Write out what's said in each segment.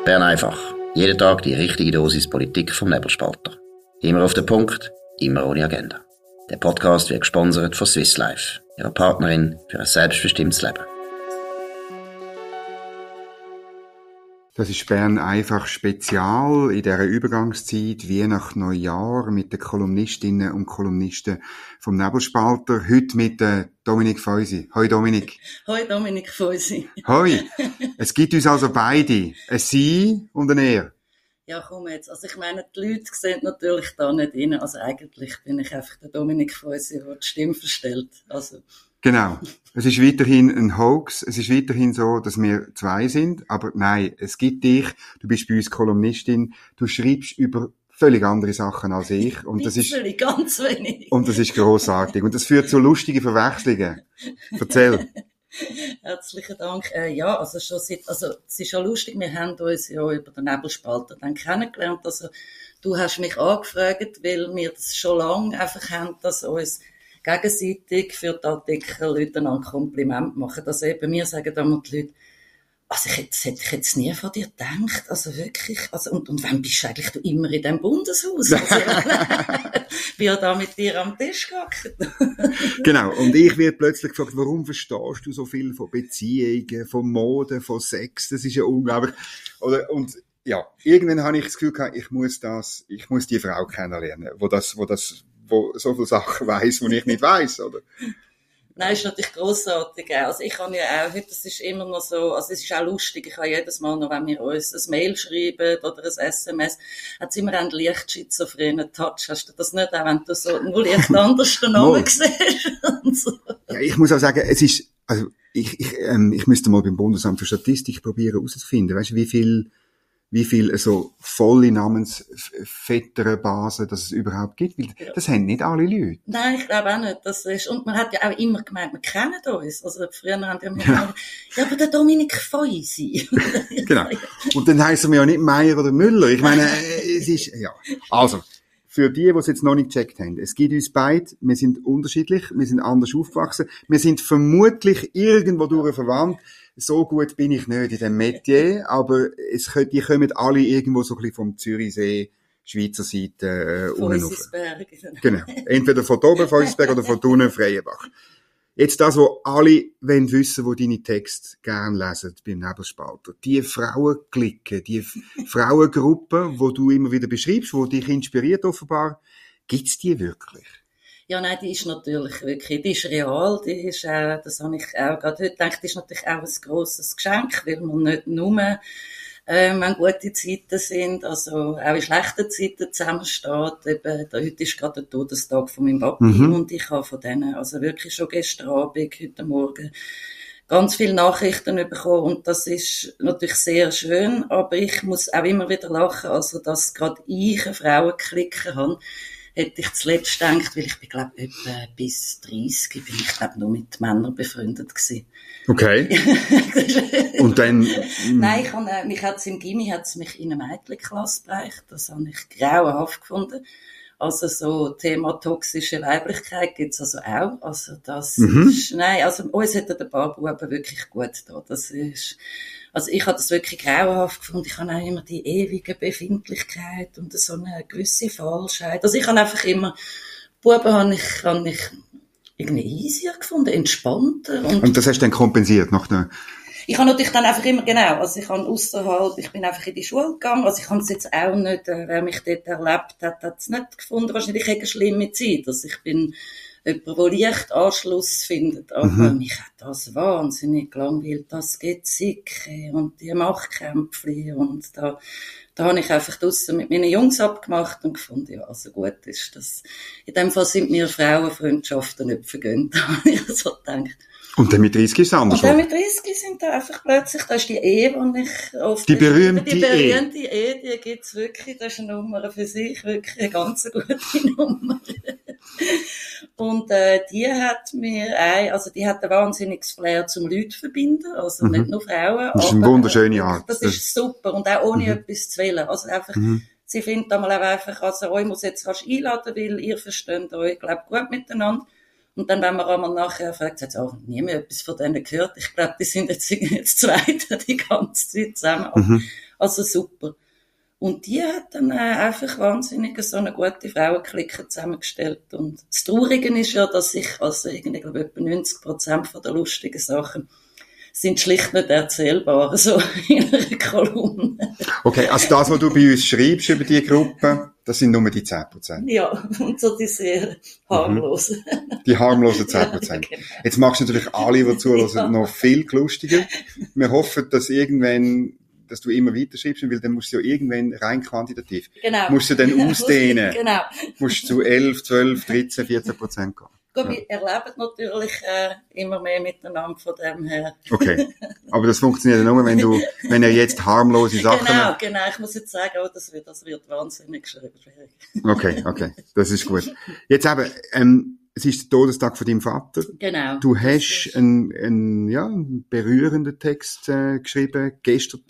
Bern einfach. Jeden Tag die richtige Dosis Politik vom Nebelspalter. Immer auf den Punkt, immer ohne Agenda. Der Podcast wird gesponsert von Swiss Life, ihrer Partnerin für ein selbstbestimmtes Leben. Das ist Bern einfach Spezial in dieser Übergangszeit, Weihnachten, Neujahr, mit den Kolumnistinnen und Kolumnisten vom Nebelspalter. Heute mit Dominik Feusi. Hoi Dominik. Hoi Dominik Feusi. Hoi. Es gibt uns also beide, ein Sie und ein Er. Ja, komm jetzt. Also ich meine, die Leute sehen natürlich da nicht rein. Also eigentlich bin ich einfach der Dominik Feusi, der die Stimme verstellt. Also. Genau. Es ist weiterhin ein Hoax. Es ist weiterhin so, dass wir zwei sind. Aber nein, es gibt dich. Du bist bei uns Kolumnistin. Du schreibst über völlig andere Sachen als ich. Und das ist ganz wenig. Und das ist grossartig. Und das führt zu lustigen Verwechslungen. Erzähl. Herzlichen Dank. Ja, also es ist ja lustig. Wir haben uns ja über den Nebelspalter dann kennengelernt. Also du hast mich angefragt, weil wir das schon lange einfach haben, dass uns gegenseitig für die Artikel Leute ein Kompliment machen. Also eben, mir sagen einmal die Leute, also hätte ich jetzt nie von dir gedacht, also wirklich, also, und wann bist du eigentlich immer in diesem Bundeshaus? Also, bin ja da mit dir am Tisch gehockt. Genau, und ich werde plötzlich gefragt, warum verstehst du so viel von Beziehungen, von Mode, von Sex, das ist ja unglaublich. Und ja, irgendwann habe ich das Gefühl gehabt, ich muss die Frau kennenlernen, wo so viele Sachen weiss, die ich nicht weiss, oder? Nein, ist natürlich grossartig. Also ich kann ja auch, heute, das ist immer noch so, also es ist auch lustig, ich habe jedes Mal noch, wenn wir uns ein Mail schreiben oder ein SMS, hat es immer einen leicht schizophrenen Touch. Hast du das nicht auch, wenn du so nur leicht anders den Namen siehst? Und so. Ja, ich muss auch sagen, es ist, also ich müsste mal beim Bundesamt für Statistik probieren herauszufinden, weißt du, wie viel so volle Namensvetterbasen das es überhaupt gibt, weil das haben nicht alle Leute. Nein, ich glaube auch nicht. Das ist, und man hat ja auch immer gemeint, wir kennen uns. Also früher haben wir gemeint, ja, aber der Dominik Feusi. Genau. Und dann heissen wir ja nicht Meier oder Müller. Ich meine, es ist, ja. Also, für die es jetzt noch nicht gecheckt haben, es gibt uns beide, wir sind unterschiedlich, wir sind anders aufgewachsen, wir sind vermutlich irgendwo durch verwandt. So gut bin ich nicht in dem Metier, aber die kommen alle irgendwo so ein bisschen vom Zürichsee, Schweizer Seite, unten rauf. Genau. Entweder von oben, Feusisberg, oder von unten, Freienbach. Jetzt das, wo alle wollen wissen, wo deine Texte gern lesen beim Nebelspalter. Die Frauenklicke, die Frauengruppe, wo du immer wieder beschreibst, wo dich inspiriert offenbar, gibt's die wirklich? Ja, nein, die ist natürlich wirklich, die ist real, die ist das habe ich auch gerade heute gedacht, die ist natürlich auch ein grosses Geschenk, weil man nicht nur, wenn gute Zeiten sind, also auch in schlechten Zeiten zusammensteht, eben, heute ist gerade der Todestag von meinem Papi und ich habe von denen, also wirklich schon gestern Abend, heute Morgen, ganz viele Nachrichten bekommen und das ist natürlich sehr schön, aber ich muss auch immer wieder lachen, also dass gerade ich eine Frauenklicke habe, hätte ich zuletzt gedacht, weil ich bin, glaube ich, etwa bis 30 bin ich, glaube nur mit Männern befreundet gewesen. Okay. Und dann? Nein, mich hat's im Gymi, hat's mich in eine Mädchenklasse gebracht. Das habe ich grauenhaft gefunden. Also so Thema toxische Weiblichkeit gibt's also auch. Also das ist, nein, also uns hätten ein paar Buben wirklich gut da. Das ist, also ich habe das wirklich grauenhaft gefunden. Ich habe auch immer die ewige Befindlichkeit und so eine gewisse Falschheit. Also ich habe einfach immer, Buben habe ich irgendwie easier gefunden, entspannter. Und das hast du dann kompensiert nach der... Ich habe natürlich dann einfach immer, genau, also ich bin einfach in die Schule gegangen, also ich habe es jetzt auch nicht, wer mich dort erlebt hat es nicht gefunden, wahrscheinlich eine schlimme Zeit, also ich bin jemand, der leicht Anschluss findet, aber mich hat das wahnsinnig gelangweilt, das Gezicke und die Machtkämpfe und da habe ich einfach draussen mit meinen Jungs abgemacht und gefunden, ja, also gut ist das, in dem Fall sind mir Frauenfreundschaften nicht vergönnt, habe ich so gedacht. Und dann mit 30 ist es anders. Und dann mit 30 sind da einfach plötzlich, da ist die Ehe, die ich oft... Die berühmte Ehe, die gibt's wirklich, das ist eine Nummer für sich, wirklich eine ganz gute Nummer. Und die hat die hat ein wahnsinniges Flair zum Leute verbinden, also nicht nur Frauen. Das ist eine wunderschöne Art. Das ist super und auch ohne etwas zu wählen. Also einfach, sie findet einmal auch einfach, also euch muss jetzt rasch einladen, weil ihr versteht euch, glaube gut miteinander. Und dann, wenn man einmal nachher fragt, sagt sie, nie mehr etwas von denen gehört. Ich glaube, die sind jetzt Zweite die ganze Zeit zusammen. Also super. Und die hat dann einfach wahnsinnig so eine gute Frauenklicke zusammengestellt. Und das Traurige ist ja, dass ich, also irgendwie, glaube ich, etwa 90% von der lustigen Sachen sind schlicht nicht erzählbar, so in einer Kolumne. Okay, also das, was du bei uns schreibst über die Gruppe, das sind nur die 10%. Ja, und so die sehr harmlosen. Die harmlosen 10%. Ja, genau. Jetzt machst du natürlich alle, die zuhören, noch viel lustiger. Wir hoffen, dass du immer weiter schreibst, weil dann musst du ja irgendwann rein quantitativ, musst du dann ausdehnen. Genau. Musst zu 11, 12, 13, 14% gehen. Gut, wir erleben natürlich immer mehr miteinander von dem her. Okay, aber das funktioniert nur, wenn er jetzt harmlose Sachen... Genau, ich muss jetzt sagen, das wird wahnsinnig schwierig. Okay, das ist gut. Jetzt eben, es ist der Todestag von deinem Vater. Genau. Du hast einen berührenden Text geschrieben, gestern,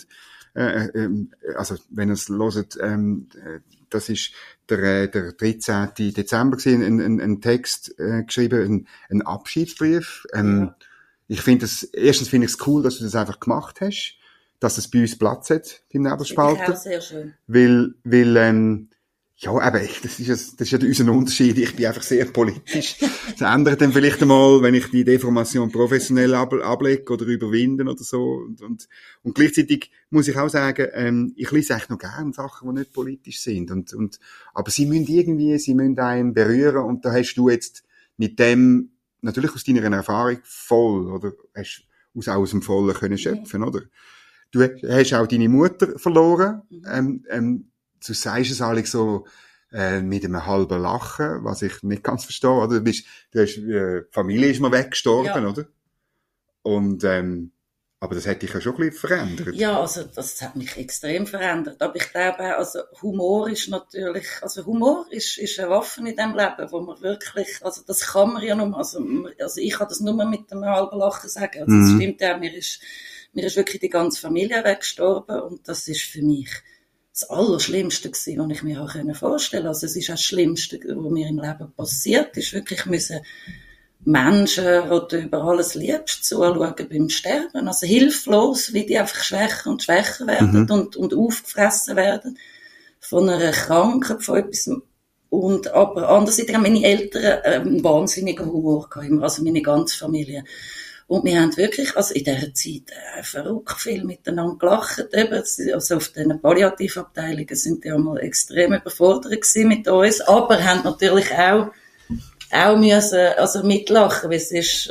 also wenn ihr es hört, das ist der 13. Dezember gewesen, ein Text geschrieben, ein Abschiedsbrief. Ich finde erstens finde ich es cool, dass du das einfach gemacht hast, dass es bei uns Platz hat, beim Nebelspalter. Das ist auch sehr schön. Weil ja, eben, das ist ja unser Unterschied. Ich bin einfach sehr politisch. Das ändert dann vielleicht einmal, wenn ich die Deformation professionell ablege oder überwinden oder so. Und gleichzeitig muss ich auch sagen, ich lese eigentlich noch gerne Sachen, die nicht politisch sind. Aber sie müssen einen berühren. Und da hast du jetzt mit dem, natürlich aus deiner Erfahrung voll, oder hast aus dem Vollen können schöpfen, oder? Du hast auch deine Mutter verloren. Du sagst es eigentlich so mit einem halben Lachen, was ich nicht ganz verstehe, oder? Familie ist mir weggestorben, oder? Und aber das hätte dich ja schon ein bisschen verändert. Ja, also das hat mich extrem verändert. Aber ich glaube auch, Humor ist eine Waffe in diesem Leben, wo man wirklich, also das kann man ja nur, also ich kann das nur mit einem halben Lachen sagen. Also das stimmt ja, mir ist wirklich die ganze Familie weggestorben und das ist für mich das Allerschlimmste gewesen, was ich mir auch vorstellen konnte. Also es ist das Schlimmste, was mir im Leben passiert ist. Wirklich müssen Menschen, die du über alles liebst, zuschauen beim Sterben. Also hilflos, wie die einfach schwächer und schwächer werden und aufgefressen werden von einer Krankheit, von etwas. Und aber andererseits haben meine Eltern einen wahnsinnigen Humor gehabt, also meine ganze Familie. Und wir haben wirklich, also in dieser Zeit, verrückt viel miteinander gelacht. Eben, also auf den Palliativabteilungen sind die einmal extrem überfordert gewesen mit uns, aber haben natürlich auch müssen, also mitlachen, weil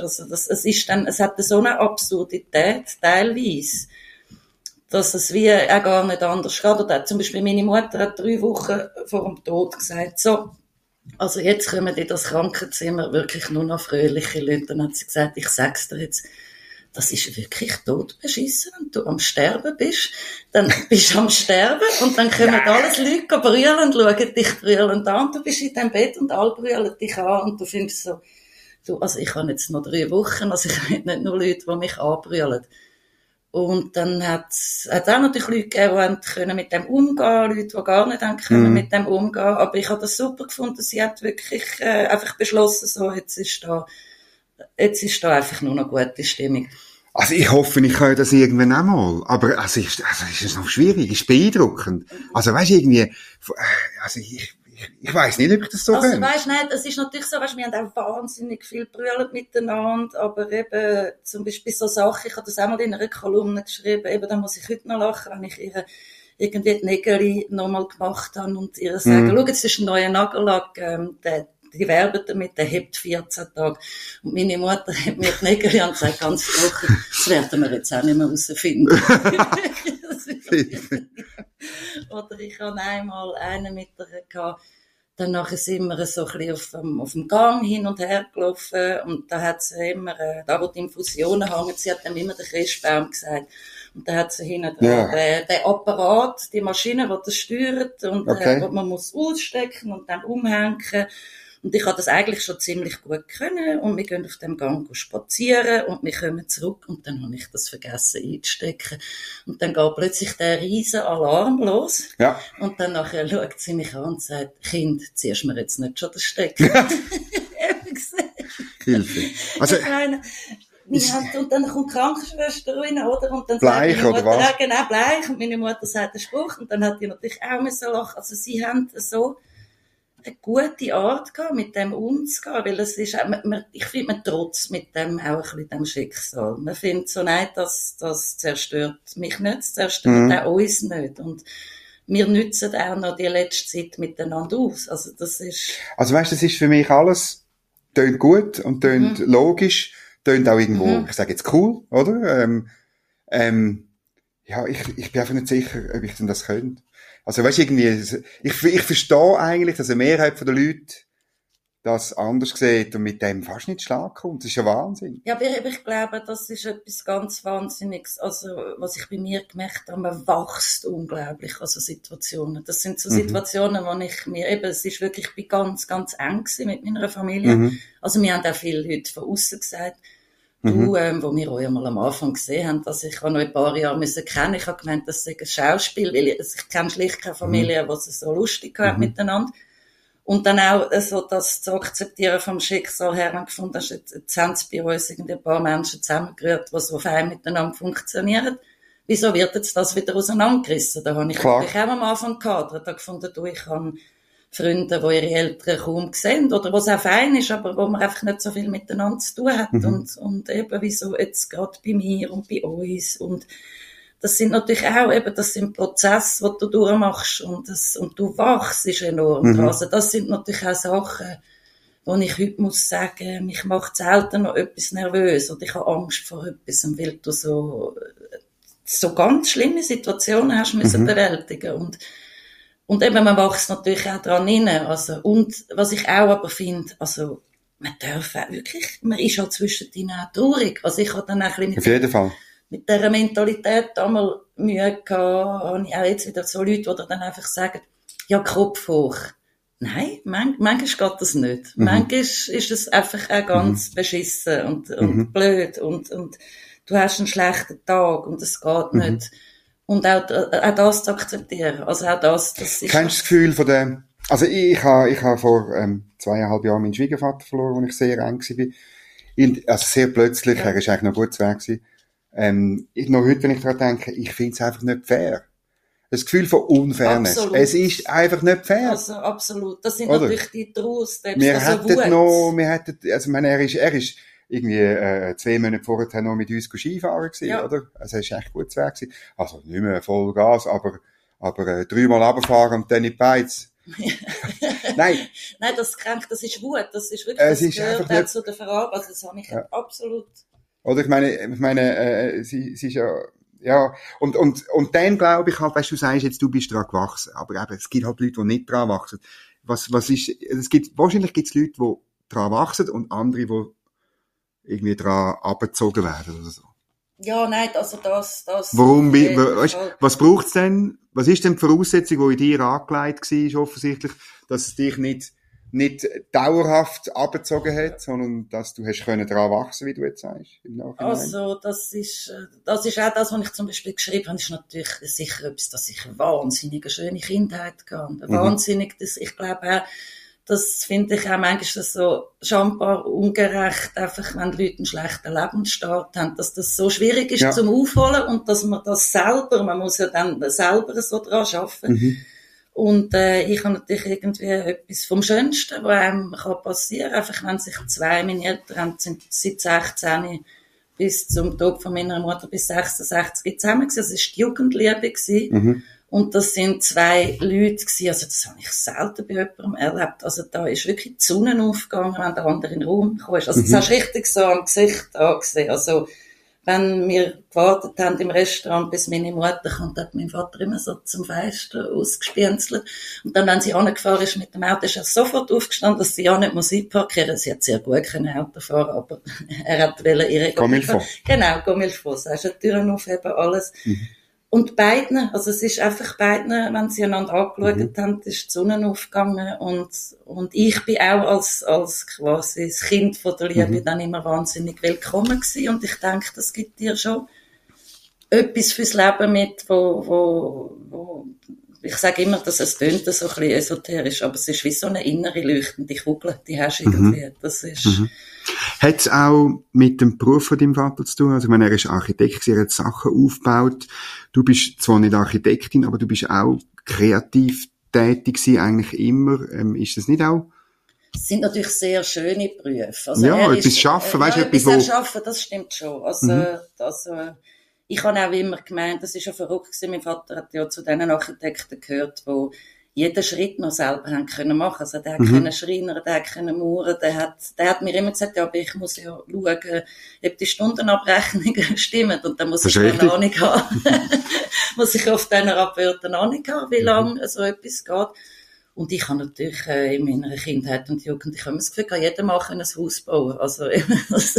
es hat so eine Absurdität, teilweise, dass es wie auch gar nicht anders geht. Oder zum Beispiel meine Mutter hat 3 Wochen vor dem Tod gesagt, so, also jetzt kommen in das Krankenzimmer wirklich nur noch fröhliche Leute. Dann hat sie gesagt, ich sag's dir jetzt, das ist wirklich todbeschissen, wenn du am Sterben bist. Dann bist du am Sterben und dann kommen alles Leute brüllen und schauen dich brüllen an. Und du bist in deinem Bett und alle brüllen dich an und du findest so, also ich habe jetzt noch 3 Wochen, also ich habe nicht nur Leute, die mich anbrüllen. Und dann hat's auch natürlich Leute gegeben, die können mit dem umgehen, Leute, die gar nicht können mit dem umgehen. Aber ich habe das super gefunden. Sie hat wirklich einfach beschlossen, so, jetzt ist da einfach nur noch gute Stimmung. Also ich hoffe, ich kann das irgendwann auch mal. Aber ist es noch schwierig, ist beeindruckend. Also weißt du, irgendwie, also ich weiss nicht, ob ich das so kann. Also weisst nicht, es ist natürlich so, weißt, wir haben auch wahnsinnig viel brüllt miteinander, aber eben, zum Beispiel so Sachen, ich habe das auch mal in einer Kolumne geschrieben, eben, da muss ich heute noch lachen, wenn ich ihr irgendwie die Nägel nochmal gemacht habe und ihr sagen, schau, jetzt ist ein neuer Nagellack, die werben damit, der hebt 14 Tage. Und meine Mutter hat mir die Nägel und sagt ganz trocken, das werden wir jetzt auch nicht mehr herausfinden. Oder ich hatte einmal einen mit ihr gehabt, dann nachher sind wir so ein bisschen auf dem Gang hin und her gelaufen und da hat sie immer, da wo die Infusionen hängen, sie hat dann immer den Christbaum gesagt. Und da hat sie hinten den Apparat, die Maschine, die das steuert und wo man muss ausstecken und dann umhängen. Und ich habe das eigentlich schon ziemlich gut können und wir gehen auf dem Gang spazieren und wir kommen zurück und dann habe ich das vergessen einzustecken. Und dann geht plötzlich der riesen Alarm los. Ja. Und dann nachher schaut sie mich an und sagt, Kind, ziehst du mir jetzt nicht schon den Stecker? Hilfe. Also, ich meine, und dann kommt die Krankenschwester rein, oder? Und dann Bleich, sagt meine oder Mutter, was? ja, genau, Bleich. Und meine Mutter sagt den Spruch. Und dann hat die natürlich auch müssen lachen. Also sie haben so eine gute Art gehabt, mit dem umzugehen, weil es ist, ich finde, man trotz mit dem auch ein bisschen dem Schicksal. Man findet so, nein, das zerstört mich nicht, das zerstört auch uns nicht. Und wir nützen auch noch die letzte Zeit miteinander aus. Also das ist... Also weißt, das ist für mich alles, tönt gut und tönt logisch, tönt auch irgendwo, ich sage jetzt cool, oder? Ja, ich bin einfach nicht sicher, ob ich denn das könnte. Also weißt, irgendwie, ich verstehe eigentlich, dass eine Mehrheit der Leute das anders sieht und mit dem fast nicht Schlag kommt. Das ist ja Wahnsinn. Ja, aber ich glaube, das ist etwas ganz Wahnsinniges. Also, was ich bei mir gemerkt habe, man wächst unglaublich an so Situationen. Das sind so Situationen, wo ich mir eben, es ist wirklich, ich bin ganz, ganz eng gewesen mit meiner Familie. Also, wir haben auch viele Leute von außen gesagt, du, wo wir euch mal am Anfang gesehen haben, dass ich noch ein paar Jahre kennen. Ich habe gemeint, das sei ein Schauspiel, weil ich kenne schlicht keine Familie, die es so lustig hat miteinander. Und dann auch so das zu akzeptieren vom Schicksal her, man gefunden, jetzt haben sie bei uns irgendwie ein paar Menschen zusammengerührt, die so fein miteinander funktionieren. Wieso wird jetzt das wieder auseinandergerissen? Da habe ich natürlich auch am Anfang gehadert, da gefunden, du, ich habe Freunde, die ihre Eltern kaum sehen, oder wo es auch fein ist, aber wo man einfach nicht so viel miteinander zu tun hat. Und eben, wieso jetzt gerade bei mir und bei uns. Und das sind natürlich auch eben, das sind Prozesse, die du durchmachst, und du wachst enorm dran. Also das sind natürlich auch Sachen, wo ich heute muss sagen, mich macht selten noch etwas nervös, oder ich habe Angst vor etwas, weil du so ganz schlimme Situationen hast müssen bewältigen. Und eben, man wächst natürlich auch dran rein. Also, und was ich auch aber finde, also, man darf auch wirklich, man ist halt zwischendrin auch traurig. Also, ich habe dann auch ein bisschen auf jeden Fall. Mit dieser Mentalität einmal Mühe gehabt, habe ich auch jetzt wieder so Leute, die dann einfach sagen, ja, Kopf hoch. Nein, manchmal geht das nicht. Manchmal ist es einfach auch ganz beschissen und blöd und du hast einen schlechten Tag und es geht nicht. Und auch das zu akzeptieren. Also auch das ist... Kennst du das Gefühl von dem... Also ich habe vor 2,5 Jahren meinen Schwiegervater verloren, wo ich sehr eng war. Also sehr plötzlich, er war eigentlich noch gut zu Weg gewesen. Noch heute, wenn ich daran denke, ich finde es einfach nicht fair. Das Gefühl von Unfairness. Absolut. Es ist einfach nicht fair. Also, absolut. Das sind oder? Natürlich die Trauersteps. Wir hätten, also, ich meine, er ist irgendwie, 2 Monate vorher noch mit uns Skifahren gewesen, oder? Also, er ist echt gut zu Weg gewesen. Also, nicht mehr voll Gas, aber 3-mal runterfahren und dann in die Beiz. Nein. Nein, das ist Wut. Das ist wirklich, das gehört auch zu der Verarbeitung. Das habe ich absolut. Oder ich meine, sie ist ja, und dann glaube ich halt, weißt du, sagst jetzt, du bist dran gewachsen. Aber eben, es gibt halt Leute, die nicht dran wachsen. Wahrscheinlich gibt's Leute, die dran wachsen und andere, die irgendwie dran abgezogen werden oder so. Ja, nein, also das. Warum, weißt, was braucht's denn? Was ist denn die Voraussetzung, die in dir angelegt war, offensichtlich, dass es dich nicht dauerhaft abgezogen hat, sondern dass du hast können daran wachsen, wie du jetzt sagst, im Nachhinein? Also, das ist auch das, was ich zum Beispiel geschrieben habe, ist natürlich sicher etwas, dass ich eine wahnsinnige schöne Kindheit hatte. Wahnsinnig, ich glaube auch, das finde ich auch manchmal so schambar ungerecht, einfach wenn Leute einen schlechten Lebensstart haben, dass das so schwierig ist zum Aufholen und dass man das selber, man muss ja dann selber so dran arbeiten. Und ich habe natürlich irgendwie etwas vom Schönsten, was einem passieren kann. Einfach wenn sich meine Eltern sind seit 16 bis zum Tod von meiner Mutter bis 66 zusammen gewesen. Das war die Jugendliebe gewesen. Und das sind 2 Leute gewesen. Also das habe ich selten bei jemandem erlebt. Also da ist wirklich die Sonne aufgegangen, wenn der andere in den Raum kam. Also das hast du richtig so am Gesicht angesehen. Also wenn wir gewartet haben im Restaurant, bis meine Mutter kommt, hat mein Vater immer so zum Fenster ausgespienzelt. Und dann, wenn sie angefahren ist mit dem Auto, ist er sofort aufgestanden, dass sie ja nicht muss einparkieren. Sie hat sehr gut Auto fahren, aber er hat ihre... Comilfo. Genau, Comilfo. Sagst du, Türen aufheben, alles. Und beiden, also es ist einfach beiden, wenn sie einander angeschaut haben, ist die Sonne aufgegangen und ich bin auch als quasi das Kind von der Liebe dann immer wahnsinnig willkommen gewesen und ich denke, das gibt dir schon etwas fürs Leben mit, wo ich sage immer, dass es tönt so ein bisschen esoterisch, aber es ist wie so eine innere leuchtende Kugel, die hast du irgendwie, das ist, Hat es auch mit dem Beruf von deinem Vater zu tun? Also, ich meine, er ist Architekt, er hat Sachen aufgebaut. Du bist zwar nicht Architektin, aber du bist auch kreativ tätig gewesen, eigentlich immer. Ist das nicht auch? Es sind natürlich sehr schöne Berufe. Also ja, etwas schaffen, weißt du, etwas, wo... schaffen, das stimmt schon. Also, ich habe auch immer gemeint, das ist ja verrückt gewesen. Mein Vater hat ja zu diesen Architekten gehört, wo jeden Schritt noch selber haben können machen. Also, der hat können Schreiner, der hat können Mauern, der hat mir immer gesagt, ja, aber ich muss ja schauen, ob die Stundenabrechnungen stimmen. Und dann muss ich eine Ahnung haben. Muss ich auf diesen Abwörtern Ahnung haben, wie lange so etwas geht. Und ich habe natürlich in meiner Kindheit und Jugend, ich habe das Gefühl, jeder mag ein Haus bauen. Also, das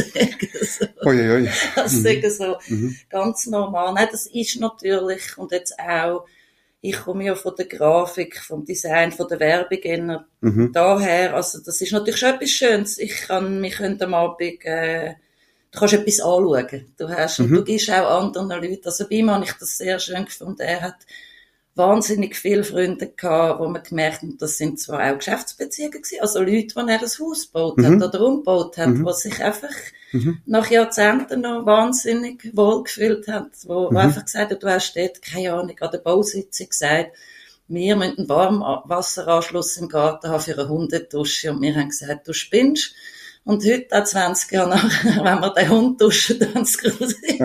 ist so ganz normal. Nein, das ist natürlich, und jetzt auch, ich komme ja von der Grafik, vom Design, von der Werbung daher. Also, das ist natürlich schon etwas Schönes. Wir können am Abend, du kannst etwas anschauen. Du gibst auch anderen Leuten. Also, bei ihm habe ich das sehr schön gefunden. Er hat wahnsinnig viele Freunde gehabt, wo man gemerkt hat, das sind zwar auch Geschäftsbeziehungen gewesen, also Leute, die er das Haus gebaut hat oder umgebaut hat, die sich einfach nach Jahrzehnten noch wahnsinnig wohlgefühlt haben, wo einfach gesagt hat, du hast dort, keine Ahnung, an der Bausitzung gesagt, wir müssen einen Warmwasseranschluss im Garten haben für eine Hundedusche, und wir haben gesagt, du spinnst. Und heute, auch 20 Jahre nachher, wenn wir den Hund duschen, dann ist es gruselig.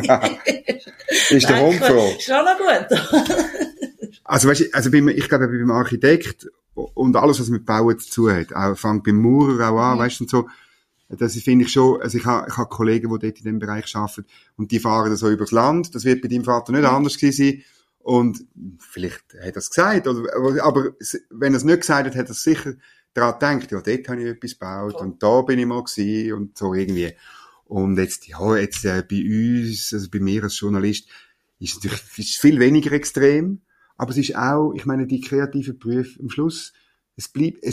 Ist der Hund froh? Ist schon noch gut. Also, weißt du, ich glaube, beim Architekt und alles, was mit Bauen dazu hat, auch, fängt beim Maurer auch an, weißt du, und so, das finde ich schon, also ich habe Kollegen, die dort in dem Bereich arbeiten, und die fahren so übers Land, das wird bei deinem Vater nicht anders gewesen sein, und vielleicht hat er es gesagt, aber wenn er es nicht gesagt hat, hat er sicher daran gedacht, ja, dort habe ich etwas gebaut, und da bin ich mal gewesen, und so irgendwie. Und jetzt bei uns, also bei mir als Journalist, ist viel weniger extrem. Aber es ist auch, ich meine, die kreativen Berufe am Schluss, es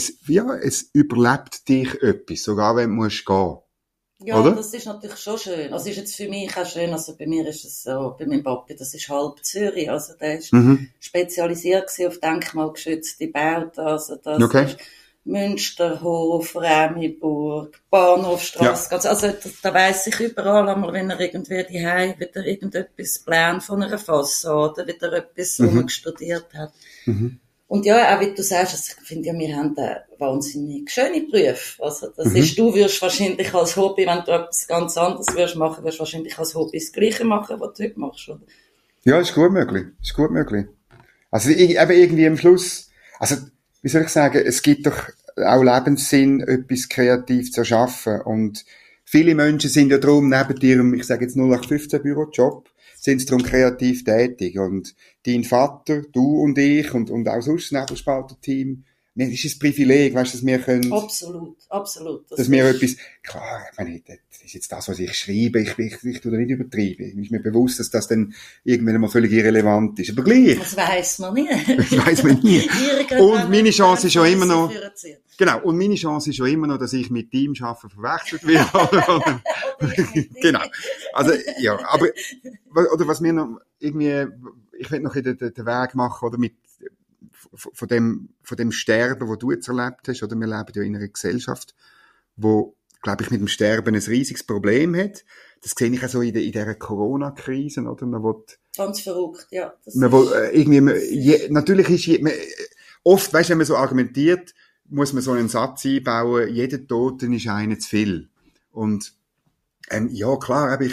überlebt dich etwas, sogar wenn du musst gehen. Ja, oder? Das ist natürlich schon schön. Also ist jetzt für mich auch schön, also bei mir ist es so, bei meinem Papi, das ist halb Zürich, also der ist spezialisiert gewesen auf denkmalgeschützte Bauten, also das ist Münsterhof, Remiburg, Bahnhofstrasse, also da weiss ich überall einmal, wenn er irgendwie daheim wieder irgendetwas plant von einer Fassade, wieder etwas umgestudiert hat. Und ja, auch wie du sagst, also ich finde ja, wir haben da wahnsinnig schöne Berufe. Also das ist, du wirst wahrscheinlich als Hobby, wenn du etwas ganz anderes wirst machen, wirst wahrscheinlich als Hobby das Gleiche machen, was du heute machst, oder? Ja, ist gut möglich. Also irgendwie am Schluss, also wie soll ich sagen, es gibt doch auch Lebenssinn, etwas kreativ zu erschaffen. Und viele Menschen sind ja darum, neben ihrem, ich sage jetzt 0815 Bürojob, sind sie darum kreativ tätig. Und dein Vater, du und ich und auch sonst das Nebelspalter-Team, das ist ein Privileg, weißt du, dass wir können... Absolut. Dass wir etwas... Klar, ich meine, das ist jetzt das, was ich schreibe, ich tue da nicht übertreiben. Ich bin mir bewusst, dass das dann irgendwann mal völlig irrelevant ist. Aber gleich... Das weiss man nie. Und meine Chance ist ja immer noch... Genau, und meine Chance ist ja immer noch, dass ich mit Team arbeite verwechselt werde. Genau. Also, ja, aber... Oder was mir noch irgendwie... Ich will noch den Weg machen, oder mit... Von dem Sterben, das du jetzt erlebt hast, oder wir leben ja in einer Gesellschaft, wo, glaube ich, mit dem Sterben ein riesiges Problem hat. Das sehe ich auch so in dieser Corona-Krise, oder? Man will, ganz verrückt, ja. Natürlich ist, oft, weißt du, wenn man so argumentiert, muss man so einen Satz einbauen, jeder Tote ist einer zu viel. Und, ja, klar, aber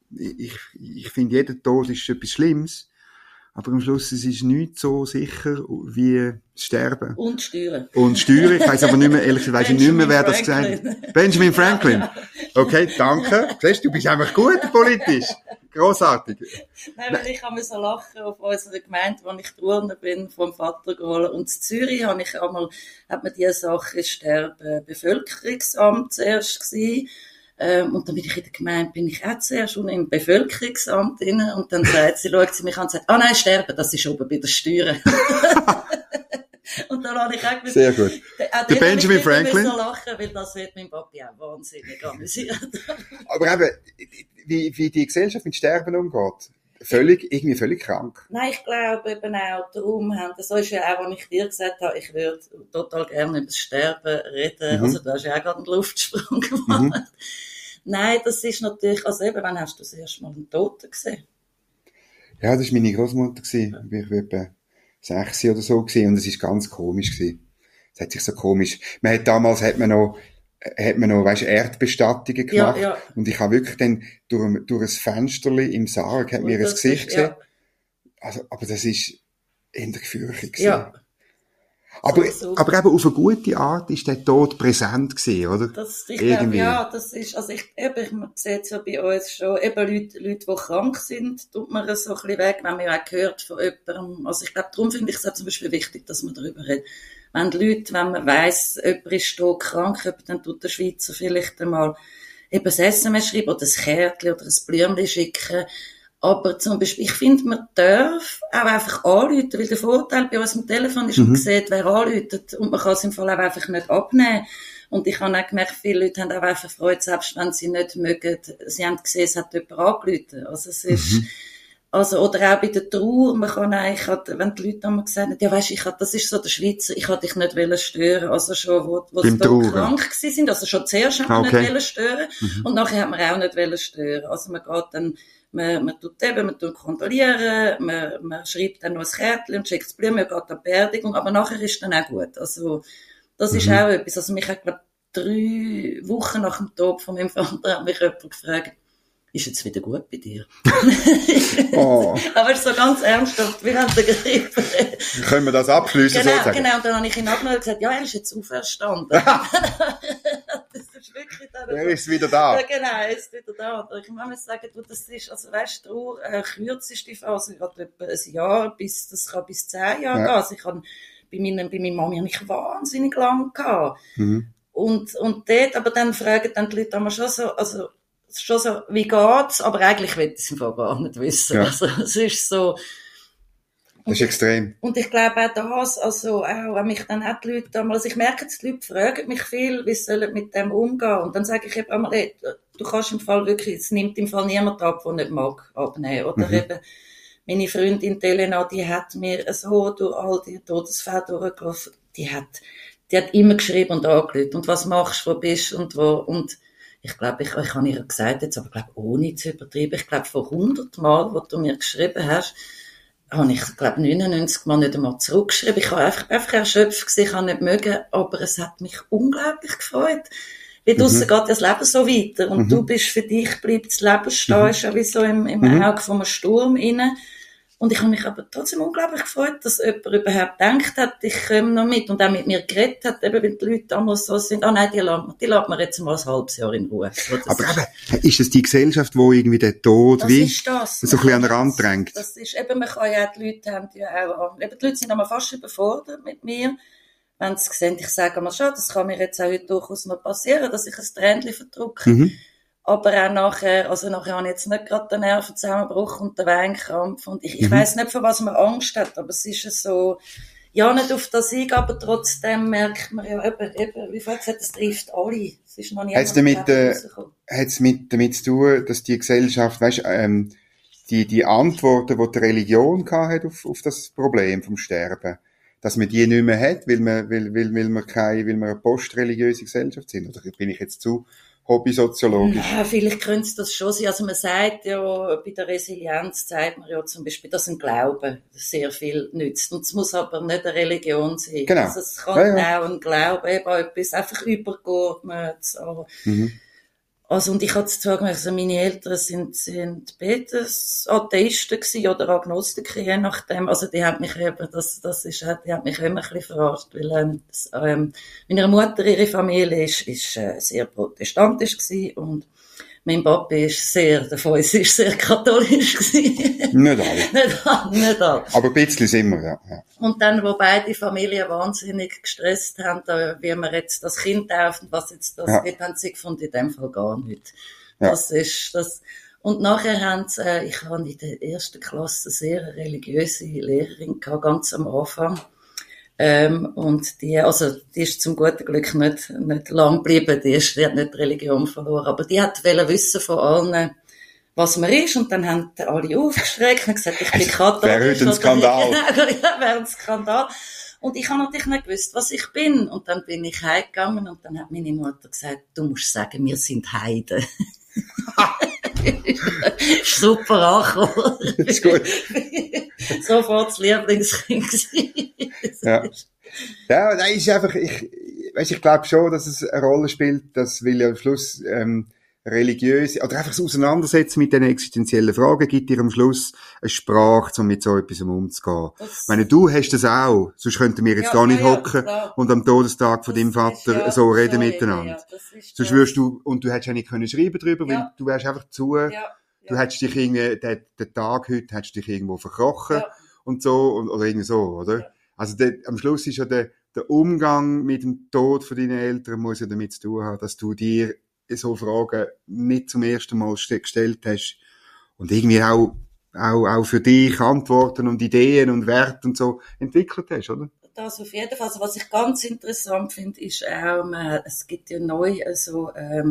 ich finde, jeder Tod ist etwas Schlimmes. Aber am Schluss, es ist nicht so sicher wie das Sterben. Und Steuern. Ich weiss aber nicht mehr, ehrlicherweise nicht mehr, wer das gesagt hat. Benjamin Franklin. Okay, danke. Siehst du, bist einfach gut politisch. Grossartig. Nein, weil ich habe so lachen auf unserer Gemeinde, wo ich Turner bin, vom Vater geholt. Und in Zürich hat man diese Sache Sterben Bevölkerungsamt zuerst gewesen. Und dann bin ich in der Gemeinde, bin ich auch zuerst und im Bevölkerungsamt drin, und dann schaut sie mich an und sagt, nein, sterben, das ist oben bei den Steuern. Und dann habe ich auch gesagt, sehr gut. Der Benjamin Franklin. Ich so lachen, weil das wird mein Papi auch wahnsinnig amüsiert. Aber eben, wie die Gesellschaft mit Sterben umgeht, irgendwie völlig krank. Nein, ich glaube eben auch, darum haben, das ist ja auch, was ich dir gesagt habe, ich würde total gerne über das Sterben reden, also du hast ja auch gerade einen Luftsprung gemacht. Nein, das ist natürlich, also eben, wann hast du das erste Mal einen Toten gesehen? Ja, das war meine Großmutter gewesen. Ich war etwa 6 oder so gewesen, und es ist ganz komisch gewesen. Es hat sich so komisch, damals hat man noch, weißt, Erdbestattungen gemacht. Ja, ja. Und ich habe wirklich dann durch ein Fensterli im Sarg hat mir ein Gesicht gesehen. Ja. Also, aber das ist eher gefürchtig gewesen. Ja. Aber eben auf eine gute Art ist der Tod präsent gewesen, oder? Ich glaube, ja, das ist, also ich sehe es ja bei uns schon, eben Leute, die krank sind, tut man so ein bisschen weg, wenn man auch hört von jemandem. Also ich glaube, darum finde ich es auch zum Beispiel wichtig, dass man darüber redet. Wenn man weiss, jemand ist da krank, dann tut der Schweizer vielleicht einmal eben ein SMS schreiben oder ein Kärtchen oder ein Blümchen schicken. Aber zum Beispiel, ich finde, man darf auch einfach anrufen, weil der Vorteil bei uns am Telefon ist, man sieht, wer anruft, und man kann es im Fall auch einfach nicht abnehmen. Und ich habe auch gemerkt, viele Leute haben auch einfach Freude, selbst wenn sie nicht mögen. Sie haben gesehen, es hat jemand angerufen. Also es ist, also, oder auch bei der Trauer, man kann eigentlich, wenn die Leute einmal gesagt haben, ja weisst, das ist so der Schweizer, ich wollte dich nicht stören, also schon, wo sie da krank gewesen sind, also schon zuerst hat man nicht stören, und nachher hat man auch nicht stören. Also man geht dann, man tut kondolieren, man schreibt dann noch ein Kärtchen und schickt das Blumen, geht an die Beerdigung, aber nachher ist dann auch gut. Also, das ist auch etwas. Also, mich hat, glaube 3 Wochen nach dem Tod von meinem Vater hat mich jemand gefragt, ist jetzt wieder gut bei dir? Oh. Aber so ganz ernsthaft, wir haben den Griff. Können wir das abschliessen, sozusagen? Genau, und dann habe ich ihn abgenommen und gesagt, ja, er ist jetzt auferstanden. Das ist wirklich da. Er ist wieder da. Ja, genau, er ist wieder da. Und ich muss sagen, das ist, also weißt du, Trauer, kürzeste Phase, gerade etwa ein Jahr, das kann bis 10 Jahre gehen. Also ich habe, bei meiner Mami habe ich wahnsinnig lang gehabt. Und dort, aber dann fragen dann die Leute schon so, also, schon so, wie geht's? Aber eigentlich will ich es im Fall gar nicht wissen. Ja. Also, es ist so. Das ist extrem. Und ich glaube auch das, also, auch, wenn mich dann auch die Leute damals, ich merke, die Leute fragen mich viel, wie sollen mit dem umgehen? Und dann sage ich eben einmal, hey, du kannst im Fall wirklich, es nimmt im Fall niemand ab, der nicht mag, abnehmen. Oder eben, meine Freundin Elena, die hat mir so durch all die Todesfälle durchgelaufen, die hat immer geschrieben und angerufen. Und was machst du, wo bist du und wo, und ich glaube, ich habe ihr gesagt, jetzt aber, glaube, ohne zu übertreiben, ich glaube, vor 100 Mal, wo du mir geschrieben hast, habe ich, glaube, 99 Mal nicht einmal zurückgeschrieben. Ich habe einfach erschöpft gewesen, ich habe nicht mögen, aber es hat mich unglaublich gefreut. Weil draussen geht das Leben so weiter und du bist, für dich bleibt das Leben stehen, ist ja wie so im Auge von einem Sturm rein. Und ich habe mich aber trotzdem unglaublich gefreut, dass jemand überhaupt gedacht hat, ich komme noch mit und auch mit mir geredet hat, eben wenn die Leute damals so sind, nein, die lässt man jetzt mal ein halbes Jahr in Ruhe. So, aber eben, ist es die Gesellschaft, wo irgendwie der Tod so ein bisschen an den Rand drängt? Das ist eben, man kann ja, die Leute haben ja auch, eben die Leute sind einmal fast überfordert mit mir, wenn sie sehen, ich sage mal schon, das kann mir jetzt auch heute durchaus mal passieren, dass ich ein Tränchen verdrücke. Aber auch nachher habe ich jetzt nicht gerade den Nervenzusammenbruch und den Weinkrampf. Und ich weiss nicht, vor was man Angst hat, aber es ist so, ja, nicht auf das Sieg, aber trotzdem merkt man ja eben, wie vorhin gesagt, es trifft alle. Es ist noch nie hat's damit zu tun, dass die Gesellschaft, weißt, die Antworten, die Religion hat auf das Problem vom Sterben, dass man die nicht mehr hat, weil wir eine postreligiöse Gesellschaft sind? Oder bin ich jetzt zu hobbysoziologisch? Ja, vielleicht könnte es das schon sein. Also man sagt ja, bei der Resilienz sagt man ja zum Beispiel, dass ein Glaube sehr viel nützt. Und es muss aber nicht eine Religion sein. Genau. Also es kann auch ein Glaube eben etwas einfach übergeordnet. Also, und ich habe zwar gemerkt, also meine Eltern sind beides Atheisten gewesen oder Agnostiker, je nachdem. Also, die haben mich eben, die haben mich immer ein bisschen verarscht, weil, meine Mutter, ihre Familie ist sehr protestantisch gewesen und mein Papa ist sehr katholisch gewesen. Nicht alle. Nicht alle. Aber ein bisschen sind wir, ja. Und dann, wo beide Familien wahnsinnig gestresst haben, wie man jetzt das Kind tauft und was jetzt das wird, haben sie gefunden, in dem Fall gar nicht. Ja. Das ist das. Und nachher haben sie, ich habe in der ersten Klasse eine sehr religiöse Lehrerin gehabt, ganz am Anfang. Und die ist zum guten Glück nicht lang geblieben, die hat nicht die Religion verloren, aber die hat wissen von allen, was man ist. Und dann haben alle aufgeschreckt und gesagt, ich bin katholisch. Wäre heute ein Skandal. Ja, wäre ein Skandal. Und ich habe natürlich nicht gewusst, was ich bin. Und dann bin ich heimgegangen und dann hat meine Mutter gesagt, du musst sagen, wir sind Heiden. Super angekommen. Das ist gut. Sofort das Lieblingskind. Ja. Ja, nein, ist einfach, ich glaube schon, dass es eine Rolle spielt, dass, weil ja am Schluss, religiöse, oder einfach das Auseinandersetzen mit den existenziellen Fragen gibt dir am Schluss eine Sprache, um mit so etwas umzugehen. Ich meine, du hast das auch, sonst könnten wir jetzt da nicht hocken und am Todestag von deinem Vater so reden miteinander. Sonst würdest du, und du hättest ja nicht können schreiben drüber, weil du wärst einfach zu, du hättest dich irgendwie, den Tag heute hättest dich irgendwo verkrochen und so, oder irgendwie so, oder? Also am Schluss ist ja der Umgang mit dem Tod von deinen Eltern muss ja damit zu tun haben, dass du dir so Fragen nicht zum ersten Mal gestellt hast und irgendwie auch für dich Antworten und Ideen und Werte und so entwickelt hast, oder? Das auf jeden Fall. Also, was ich ganz interessant finde, ist auch, es gibt ja neu so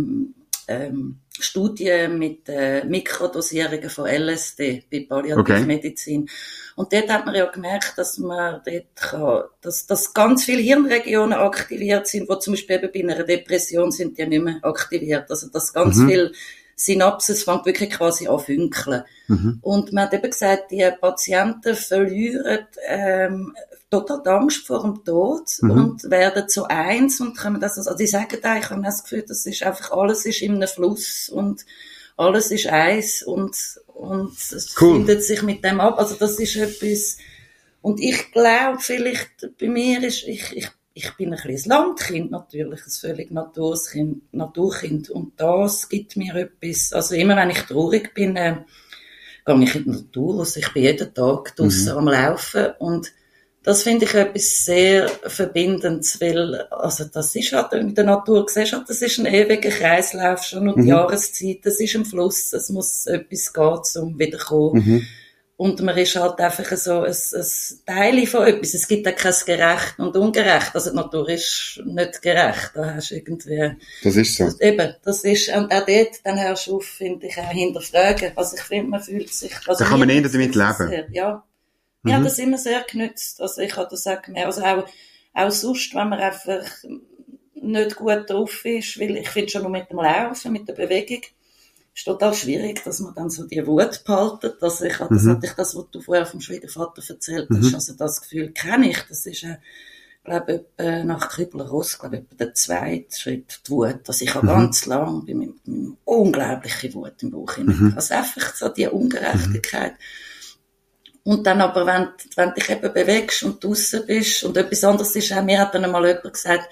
Studien mit Mikrodosierungen von LSD bei Palliativmedizin. Und dort hat man ja gemerkt, dass man dort dass ganz viele Hirnregionen aktiviert sind, wo zum Beispiel eben bei einer Depression sind die nicht mehr aktiviert. Also, dass ganz viele Synapsen fängt wirklich quasi an funkeln. Und man hat eben gesagt, die Patienten verlieren total die Angst vor dem Tod und werden zu eins und können das, also die sagen eigentlich, ich habe das Gefühl, das ist einfach, alles ist in einem Fluss und alles ist eins und es findet sich mit dem ab. Also das ist etwas, und ich glaube vielleicht, bei mir ist, ich bin ein kleines Landkind natürlich, ein völlig Naturkind und das gibt mir etwas, also immer wenn ich traurig bin, gehe ich in die Natur, also ich bin jeden Tag draussen am Laufen und das finde ich etwas sehr Verbindendes, weil, also das ist halt in der Natur, siehst du, das ist ein ewiger Kreislauf schon und die Jahreszeit, das ist ein Fluss, es muss etwas gehen, zum wiederkommen. Und man ist halt einfach so ein Teil von etwas. Es gibt auch kein Gerecht und Ungerecht. Also die Natur ist nicht gerecht. Da hast du irgendwie... Das ist so. Eben, das ist, und auch dort, dann hörst du auf, finde ich, auch hinterfragen. Also ich finde, man fühlt sich... Also da kann man eher damit leben. Sehr, ja. Ich habe das immer sehr genützt. Also ich habe das auch gemerkt. Also auch sonst, wenn man einfach nicht gut drauf ist, weil ich finde schon nur mit dem Laufen, mit der Bewegung, ist total schwierig, dass man dann so die Wut behaltet. Also ich habe das natürlich das, was du vorher vom Schwiegervater erzählt hast, also das Gefühl kenne ich. Das ist, glaube ich, nach Kübler-Ross, glaube ich, der zweite Schritt, die Wut. Also ich habe ganz lange mit unglaubliche Wut im Bauch hinein. Also einfach so die Ungerechtigkeit. Und dann aber, wenn du dich eben bewegst und draussen bist, und etwas anderes ist auch, mir hat dann einmal jemand gesagt,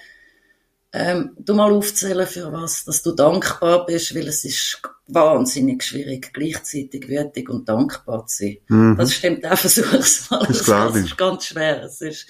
du mal aufzählen, für was, dass du dankbar bist, weil es ist wahnsinnig schwierig, gleichzeitig wütig und dankbar zu sein. Das stimmt auch, versuch's mal. Das ist ganz schwer. Es ist,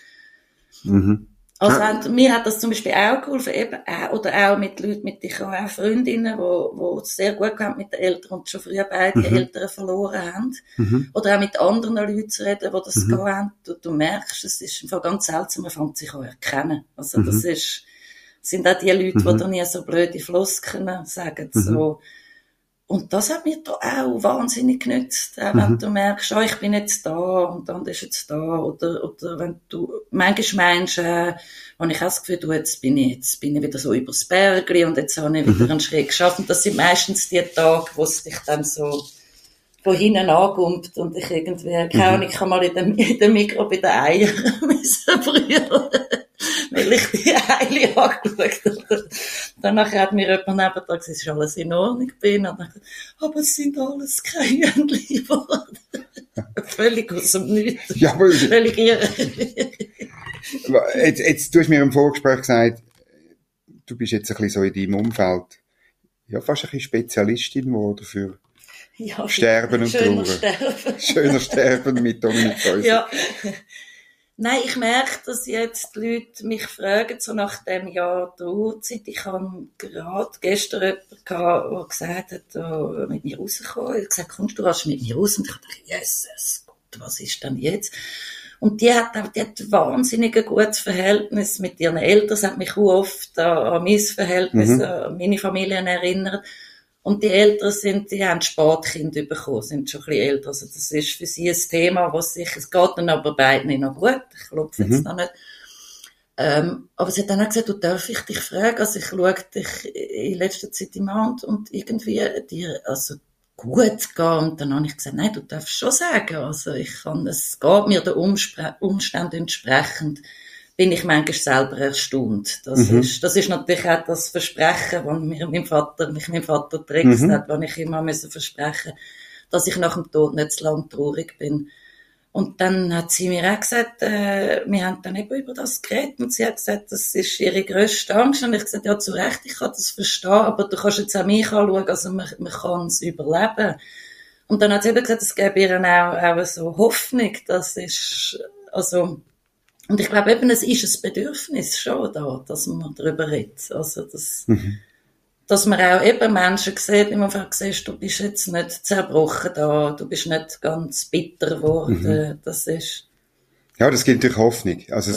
also mir hat das zum Beispiel auch geholfen, eben, oder auch mit Leuten, ich habe auch Freundinnen, die sehr gut gehen mit den Eltern und schon früher beide Eltern verloren haben. Oder auch mit anderen Leuten zu reden, die das gehabt haben. Du merkst, es ist einfach ganz seltsam, man fängt sich an erkennen. Also das sind auch die Leute, die dann nie so blöde Floskeln sagen, so. Und das hat mir da auch wahnsinnig genützt, auch wenn du merkst, ich bin jetzt da und dann ist jetzt da, oder wenn du, manchmal meinst, habe ich auch das Gefühl, jetzt bin ich wieder so übers Bergli und jetzt habe ich wieder einen Schritt geschafft. Und das sind meistens die Tage, wo es dich dann so von hinten angummt und ich irgendwie, keine Ahnung, ich kann mal in dem Mikro bei den Eiern müssen brüllen. Weil ich die Eile angeschaut habe. Danach hat mir jemand nebenan gesagt, es ist alles in Ordnung bin. Und dann gesagt, aber es sind alles keine Hündchen geworden. Völlig aus dem Nichts. Ja, aber völlig irre. Jetzt, du hast mir im Vorgespräch gesagt, du bist jetzt ein bisschen so in deinem Umfeld, ja, fast ein bisschen Spezialistin geworden für Sterben und Trauer. Schöner Sterben mit Dominik Feusi. Ja. Nein, ich merke, dass jetzt die Leute mich fragen, so nach dem Jahr Trauerzeit. Ich habe gerade gestern jemanden gehabt, der gesagt hat, mit mir rausgekommen. Er hat gesagt, kommst du rasch mit mir raus? Und ich dachte, Jesus Gott, was ist denn jetzt? Und die hat wahnsinnig ein gutes Verhältnis mit ihren Eltern. Es hat mich auch oft an mein Verhältnis, an meine Familien erinnert. Und die Eltern die haben Sportkinder bekommen, sind schon ein bisschen älter. Also das ist für sie ein Thema, es geht dann aber beiden nicht noch gut. Ich klopfe jetzt da nicht. Aber sie hat dann auch gesagt, du darf ich dich fragen, also ich schaue dich in letzter Zeit immer an und irgendwie dir, also gut gehen. Und dann habe ich gesagt, nein, du darfst schon sagen, also es geht mir der Umstand entsprechend, bin ich manchmal selber erstaunt. Das ist natürlich auch das Versprechen, das mich mein Vater getrickst hat, wo ich immer versprechen musste, dass ich nach dem Tod nicht zu lang traurig bin. Und dann hat sie mir auch gesagt, wir haben dann eben über das geredet und sie hat gesagt, das ist ihre grösste Angst. Und ich habe gesagt, ja, zu Recht, ich kann das verstehen, aber du kannst jetzt auch mich anschauen, also man kann es überleben. Und dann hat sie eben gesagt, es gäbe ihr auch so Hoffnung, das ist, also, und ich glaube eben, es ist ein Bedürfnis schon da, dass man darüber redet. Also, dass man auch eben Menschen sieht, wie man einfach siehst, du bist jetzt nicht zerbrochen da, du bist nicht ganz bitter geworden, das ist... Ja, das gibt natürlich Hoffnung. Also,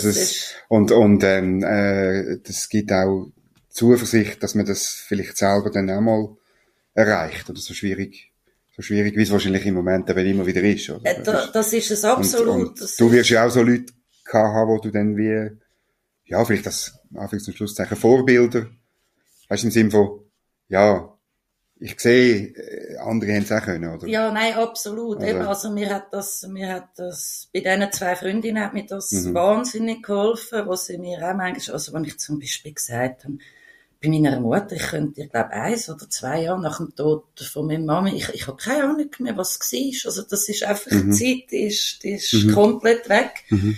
das gibt auch Zuversicht, dass man das vielleicht selber dann auch mal erreicht, oder so schwierig wie es wahrscheinlich im Moment eben immer wieder ist, oder? Das ist es absolut. Und du wirst ja auch so Leute haben, wo du dann wie, ja, vielleicht das, Anfangs- und Schlusszeichen, Vorbilder, weißt du, im Sinne von, ja, ich sehe, andere haben es auch können, oder? Ja, nein, absolut. Eben, also mir hat das, bei diesen 2 Freundinnen hat mir das wahnsinnig geholfen, wo sie mir auch manchmal, also wenn ich zum Beispiel gesagt habe, bei meiner Mutter, ich glaube 1 oder 2 Jahre nach dem Tod von meiner Mama, ich habe keine Ahnung mehr, was es war. Also das ist einfach die Zeit, die ist komplett weg.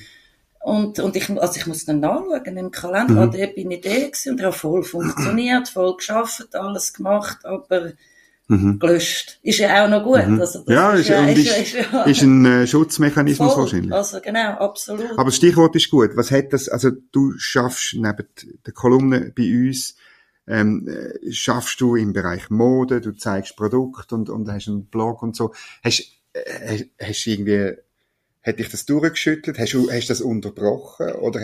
Und ich muss dann nachschauen im Kalender, da bin ich da gewesen und habe voll funktioniert, voll geschafft, alles gemacht, aber gelöscht. Ist ja auch noch gut. Also das ist ein Schutzmechanismus voll, wahrscheinlich. Also genau, absolut. Aber das Stichwort ist gut. Was hat das, also du schaffst neben der Kolumne bei uns, schaffst du im Bereich Mode, du zeigst Produkte und hast einen Blog und so. Hast irgendwie, hat dich das durchgeschüttelt? Hast du das unterbrochen? Oder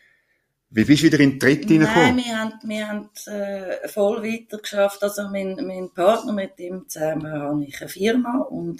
wie bist du wieder in den Tritt reingekommen? Nein, wir haben voll weiter geschafft. Also mein Partner, mit ihm zusammen habe ich eine Firma und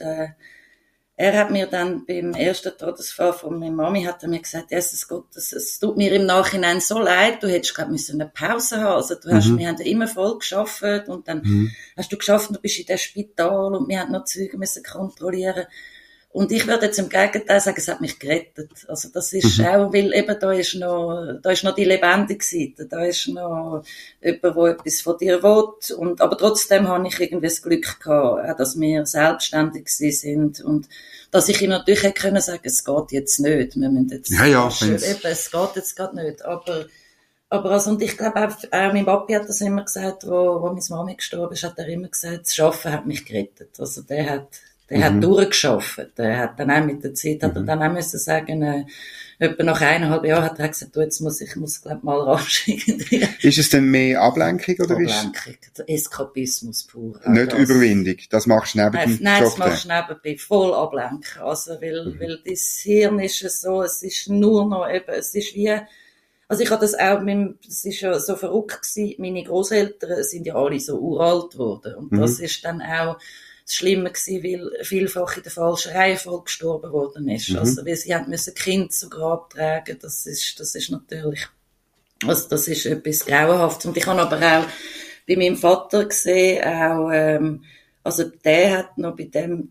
er hat mir dann beim ersten Todesfall von meiner Mami hat er mir gesagt, Jesus Gott, es tut mir im Nachhinein so leid, du hättest gerade eine Pause haben. Also wir haben ja immer voll geschafft und dann hast du geschafft und du bist in dem Spital und wir haben noch Züge müssen kontrollieren. Und ich würde jetzt im Gegenteil sagen, es hat mich gerettet. Also das ist auch, weil eben da ist noch die lebendige Seite, da ist noch jemand, der etwas von dir will. Aber trotzdem habe ich irgendwie das Glück gehabt, auch, dass wir selbstständig sind und dass ich ihm natürlich hätte können sagen, es geht jetzt nicht. Wir müssen jetzt, es geht jetzt gerade nicht. Aber also, und ich glaube auch mein Papi hat das immer gesagt, wo meine Mami gestorben ist, hat er immer gesagt, das Arbeiten hat mich gerettet. Also der hat durchgeschafft. Der hat dann auch mit der Zeit, hat er dann auch müssen sagen, etwa nach 1,5 Jahren hat er gesagt, du, jetzt muss glaub mal rasch irgendwie. Ist es denn mehr Ablenkung, oder Ablenkung, Eskapismus pur. Nicht das, Überwindung, das machst du neben dem Job? Nein, das machst du nebenbei, voll ablenken. Also, weil dein Hirn ist so, es ist nur noch eben, es ist wie, also ich habe das auch, das ist ja so verrückt gewesen, meine Grosseltern sind ja alle so uralt geworden und das ist dann auch das Schlimme gewesen, weil vielfach in der falschen Reihenfolge gestorben worden ist. Also, weil sie müssen Kind zu Grab tragen, das ist natürlich, also das ist etwas Grauenhaftes. Und ich habe aber auch bei meinem Vater gesehen, auch, also der hat noch bei dem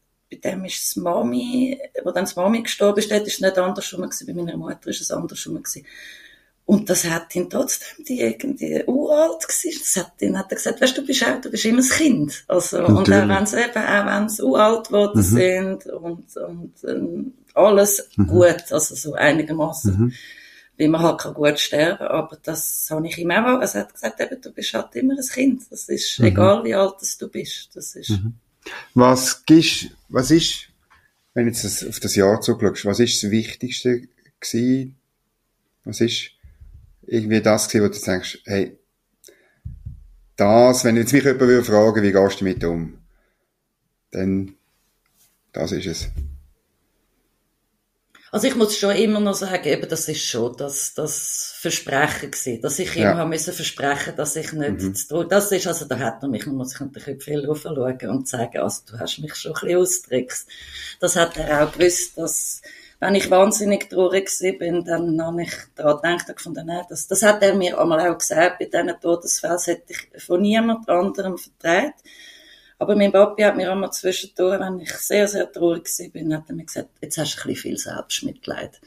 ist das Mami, wo dann das Mami gestorben ist, dort ist es nicht andersrum gewesen, bei meiner Mutter ist es andersrum gewesen. Und das hat ihn trotzdem, die irgendwie uralt gewesen. Hat er gesagt, weißt du, du bist immer ein Kind. Also, und auch wenn sie uralt geworden sind und alles gut, also so einigermaßen, wie man halt kann gut sterben, aber das habe ich ihm auch, also er hat gesagt, eben, du bist halt immer ein Kind. Das ist egal, wie alt du bist. Das ist. Was ist, wenn du jetzt auf das Jahr zurückschaust, was ist das Wichtigste gewesen? Was ist irgendwie das gewesen, wo du denkst, hey, wenn jetzt mich jemand würde fragen, wie gehst du damit um? Dann, das ist es. Also ich muss schon immer noch sagen, eben, das ist schon das Versprechen gewesen, dass ich immer haben müssen versprechen, dass ich nicht das ist, also da hat er mich, muss ich natürlich viel aufschauen und sagen, also du hast mich schon ein bisschen ausgedrückt. Das hat er auch gewusst, dass, wenn ich wahnsinnig traurig gewesen bin, dann habe ich daran gedacht und gefunden, nein, das hat er mir einmal auch gesagt, bei diesen Todesfällen, das hätte ich von niemand anderem vertragen. Aber mein Papi hat mir einmal zwischendurch, wenn ich sehr, sehr traurig war, hat er mir gesagt, jetzt hast du ein bisschen viel Selbstmitleid.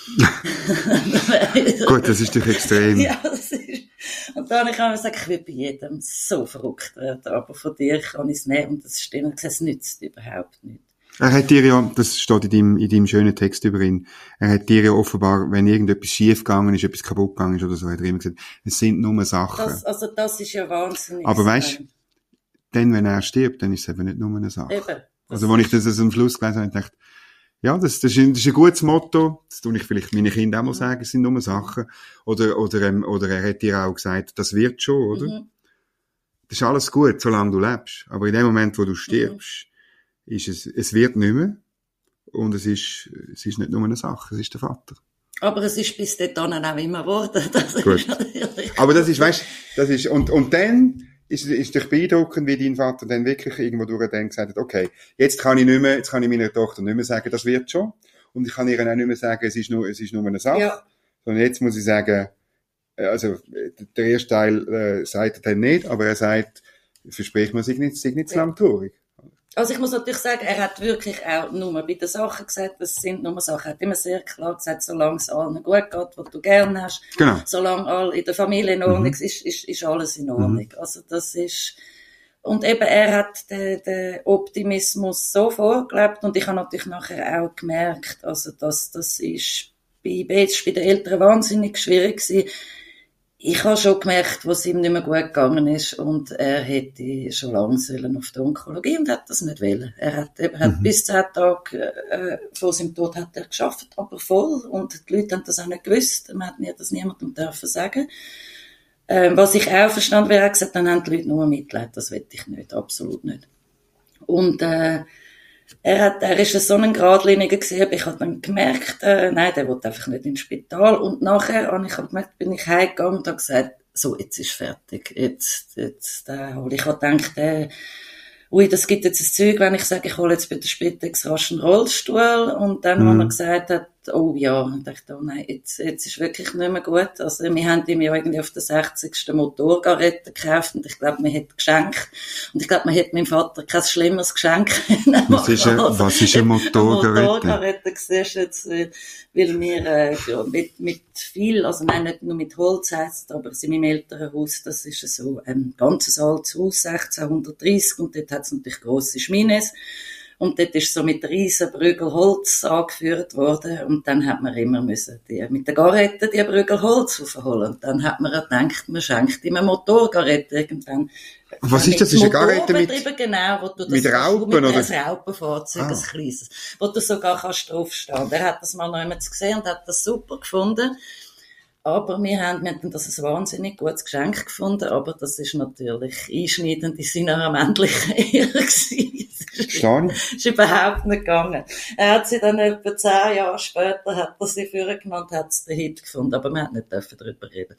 Gut, das ist doch extrem. Ja, das ist. Und dann habe ich einmal gesagt, ich will bei jedem so verrückt werden, aber von dir kann ich es nehmen. Und das stimmt. Und es nützt überhaupt nichts. Er hat dir ja, das steht in deinem schönen Text über ihn, er hat dir ja offenbar, wenn irgendetwas schief gegangen ist, etwas kaputt gegangen ist oder so, hat er immer gesagt, es sind nur Sachen. Das ist ja wahnsinnig. Aber weißt, dann, wenn er stirbt, dann ist es eben nicht nur eine Sache. Eben. Also, als ich das am Schluss gelesen habe, dachte ich, ja, das ist ein gutes Motto. Das tue ich vielleicht meinen Kindern auch mal sagen, es sind nur Sachen. Oder er hat dir auch gesagt, das wird schon, oder? Das ist alles gut, solange du lebst. Aber in dem Moment, wo du stirbst, ist es wird nicht mehr. Und es ist nicht nur eine Sache, es ist der Vater. Aber es ist bis dahin auch immer geworden. Gut. Aber das ist, weißt, das ist, und dann, ist dich beeindruckend, wie dein Vater dann wirklich irgendwo durch dann gesagt hat, okay, jetzt kann ich meiner Tochter nicht mehr sagen, das wird schon. Und ich kann ihr auch nicht mehr sagen, es ist nur eine Sache. Ja. Sondern jetzt muss ich sagen, also, der erste Teil, sagt er dann nicht, aber er sagt, verspricht man sich nicht zu lang traurig. Also ich muss natürlich sagen, er hat wirklich auch nur bei den Sachen gesagt, das sind nur Sachen. Er hat immer sehr klar gesagt, solange es allen gut geht, was du gerne hast, genau. Solange alle in der Familie in Ordnung ist alles in Ordnung. Also das ist, und eben er hat den Optimismus so vorgelebt und ich habe natürlich nachher auch gemerkt, also das ist bei den Eltern wahnsinnig schwierig gewesen. Ich habe schon gemerkt, was ihm nicht mehr gut gegangen ist und er hätte schon lange sollen auf die Onkologie und hat das nicht wollen. Er hat bis 10 Tage vor seinem Tod hat er geschafft, aber voll und die Leute haben das auch nicht gewusst. Man hat mir das niemandem dürfen sagen. Was ich auch verstanden habe, er hat gesagt, dann haben die Leute nur Mitleid. Das will ich nicht, absolut nicht. Und er ist so ein Gradliniger gewesen, ich habe dann gemerkt, nein, der will einfach nicht ins Spital. Und nachher habe ich gemerkt, bin ich heimgegangen und habe gesagt, so, jetzt ist fertig. Jetzt hole ich. Ich habe gedacht, ui, das gibt jetzt ein Zeug, wenn ich sage, ich hole jetzt bei der Spitex rasch einen Rollstuhl. Und dann, als er gesagt hat, oh ja, ich dachte, oh nein, jetzt ist wirklich nicht mehr gut. Also, wir haben ihm ja irgendwie auf den 60. Motorgarette gekauft und ich glaube, man hätte geschenkt. Und ich glaube, man hätte meinem Vater kein schlimmeres Geschenk Was ist ein Motorgarette? Motorgarette siehst du jetzt, weil wir mit viel, also nein, nicht nur mit Holz heisst, aber in meinem Elternhaus, das ist so ein ganzes altes Haus, 1630, und dort hat es natürlich grosse Schmines. Und dort ist so mit riesen Brügel Holz angeführt worden. Und dann hat man immer müssen mit der Garette die Brügel Holz aufholen. Und dann hat man gedacht, man schenkt ihm eine Motorgarette irgendwann. Was ist das? Ist eine Garette genau, wo du das mit Raupen, oder? Ein Raupenfahrzeug, ein kleines. Wo du sogar kannst draufstehen. Er hat das mal noch einmal gesehen und hat das super gefunden. Aber wir haben das ein wahnsinnig gutes Geschenk gefunden, aber das ist natürlich einschneidend in seiner männlichen Ehe gewesen. Das ist überhaupt nicht gegangen. Er hat sie dann etwa 10 Jahre später, hat er sie vorgenommen und hat es den Hit gefunden, aber wir haben nicht darüber reden.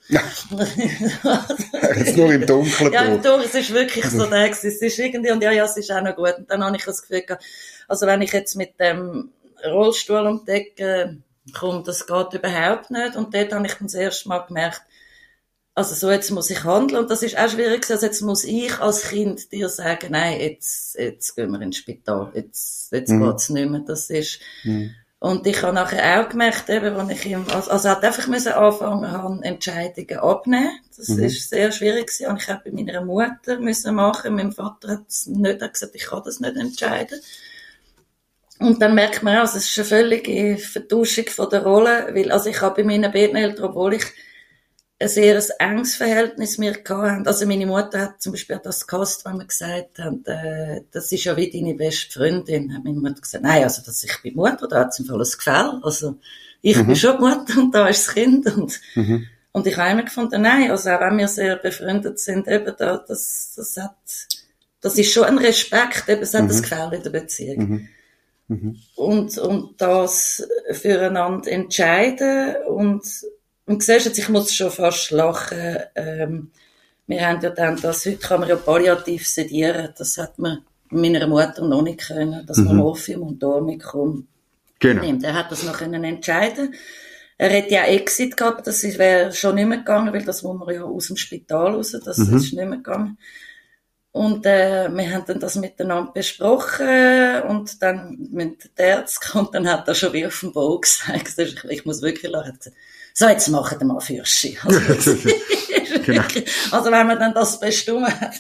Jetzt nur im Dunkeln. Ja, im Dunkeln, es ist wirklich so der, es ist irgendwie, und ja, es ist auch noch gut. Und dann habe ich das Gefühl gehabt, also wenn ich jetzt mit dem Rollstuhl um die Ecke komme, das geht überhaupt nicht. Und dort habe ich dann das erste Mal gemerkt, also so, jetzt muss ich handeln. Und das ist auch schwierig. Also jetzt muss ich als Kind dir sagen, nein, jetzt gehen wir ins Spital. Jetzt geht's nicht mehr. Das ist, und ich habe nachher auch gemerkt, eben, als ich also hat einfach müssen anfangen, Entscheidungen abnehmen. Das ist sehr schwierig gewesen. Und ich habe bei meiner Mutter müssen machen. Mein Vater hat es nicht, hat gesagt, ich kann das nicht entscheiden. Und dann merkt man auch, es ist eine völlige Vertauschung von der Rolle, weil, also ich habe bei meinen beiden Eltern, obwohl ich ein sehr enges Verhältnis mir gehabt. Also meine Mutter hat zum Beispiel das gehasst, wenn wir gesagt haben, das ist ja wie deine beste Freundin. Hat meine Mutter gesagt, nein, also dass ich bin Mutter, da hat es im Fall ein Gefälle. Also ich bin schon Mutter und da ist das Kind. Und ich habe immer gefunden, nein, also auch wenn wir sehr befreundet sind, eben da, das ist schon ein Respekt, eben es hat das Gefälle in der Beziehung. und das füreinander entscheiden und siehst jetzt, ich muss schon fast lachen, wir haben ja dann heute kann man ja palliativ sedieren, das hat man meiner Mutter noch nicht können, dass man Morphium und Dormicum nimmt. Er hat das noch können entscheiden. Er hätte ja Exit gehabt, das wäre schon nicht mehr gegangen, weil das muss man ja aus dem Spital raus, das ist nicht mehr gegangen. Und wir haben dann das miteinander besprochen und dann mit der Arzt kommt, dann hat er schon wie auf dem Bau gesagt, ich muss wirklich lachen. So, jetzt machen wir mal Fürschi. Also, genau. Also wenn man dann das bestimmt hat,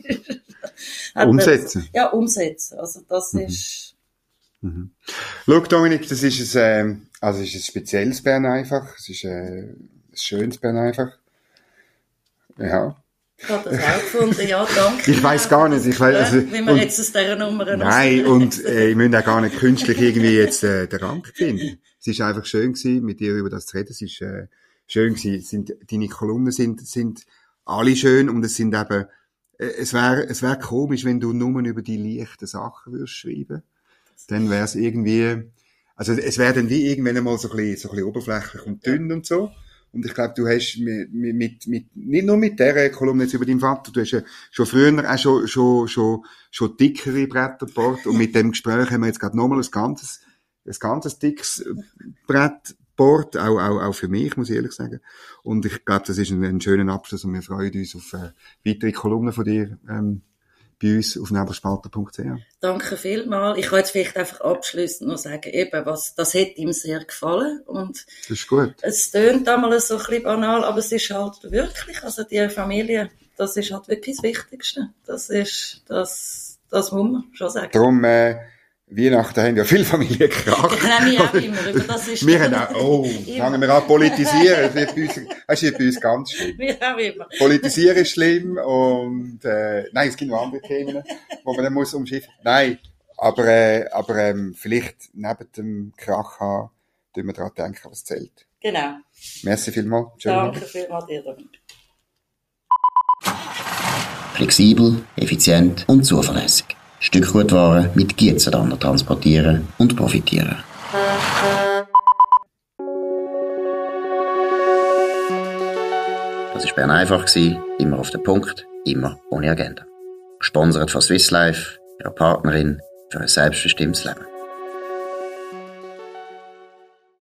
umsetzen. Ja, umsetzen. Also das ist... Schau, Dominik, das ist ein spezielles Bern einfach. Es ist ein schönes Bern einfach. Ja. Ich habe das auch gefunden, ja, danke. Ich weiss gar nicht, wie wir jetzt aus dieser Nummer nein, und ich muss auch gar nicht künstlich irgendwie jetzt den Rang finden. Es ist einfach schön gewesen, mit dir über das zu reden. Es ist schön gewesen. Deine Kolumnen sind alle schön und es sind eben, es wär komisch, wenn du nur über die leichten Sachen würdest schreiben. Dann wär's irgendwie, also es wäre dann wie irgendwann einmal so ein bisschen oberflächlich und dünn und so. Und ich glaube, du hast mit nicht nur mit dieser Kolumne jetzt über deinen Vater, du hast ja schon früher auch schon dickere Bretter gebohrt. Und mit dem Gespräch haben wir jetzt gerade nochmal ein ganzes dickes Brett gebohrt. Auch für mich, muss ich ehrlich sagen. Und ich glaube, das ist ein schöner Abschluss und wir freuen uns auf weitere Kolumnen von dir, bei uns auf nebelspalter.ch. Danke vielmals. Ich kann jetzt vielleicht einfach abschliessend noch sagen, das hätte ihm sehr gefallen. Und das ist gut. Es tönt einmal so ein bisschen banal, aber es ist halt wirklich, also die Familie, das ist halt wirklich das Wichtigste. Das muss man schon sagen. Darum, Weihnachten haben ja viele Familien gekracht. Ja, wir auch immer. Über das ist wir haben auch, fangen wir an politisieren. Das wird bei uns ganz schlimm. Wir auch immer. Politisieren ist schlimm und, nein, es gibt noch andere Themen, wo man dann muss umschiffen. Nein, aber vielleicht neben dem Krach haben, tun wir daran denken, was zählt. Genau. Merci vielmals. Danke vielmals dir, Dominik. Flexibel, effizient und zuverlässig. Stückgutware mit Gietzendander transportieren und profitieren. Das war Bern einfach, immer auf den Punkt, immer ohne Agenda. Gesponsert von Swiss Life, ihrer Partnerin für ein selbstbestimmtes Leben.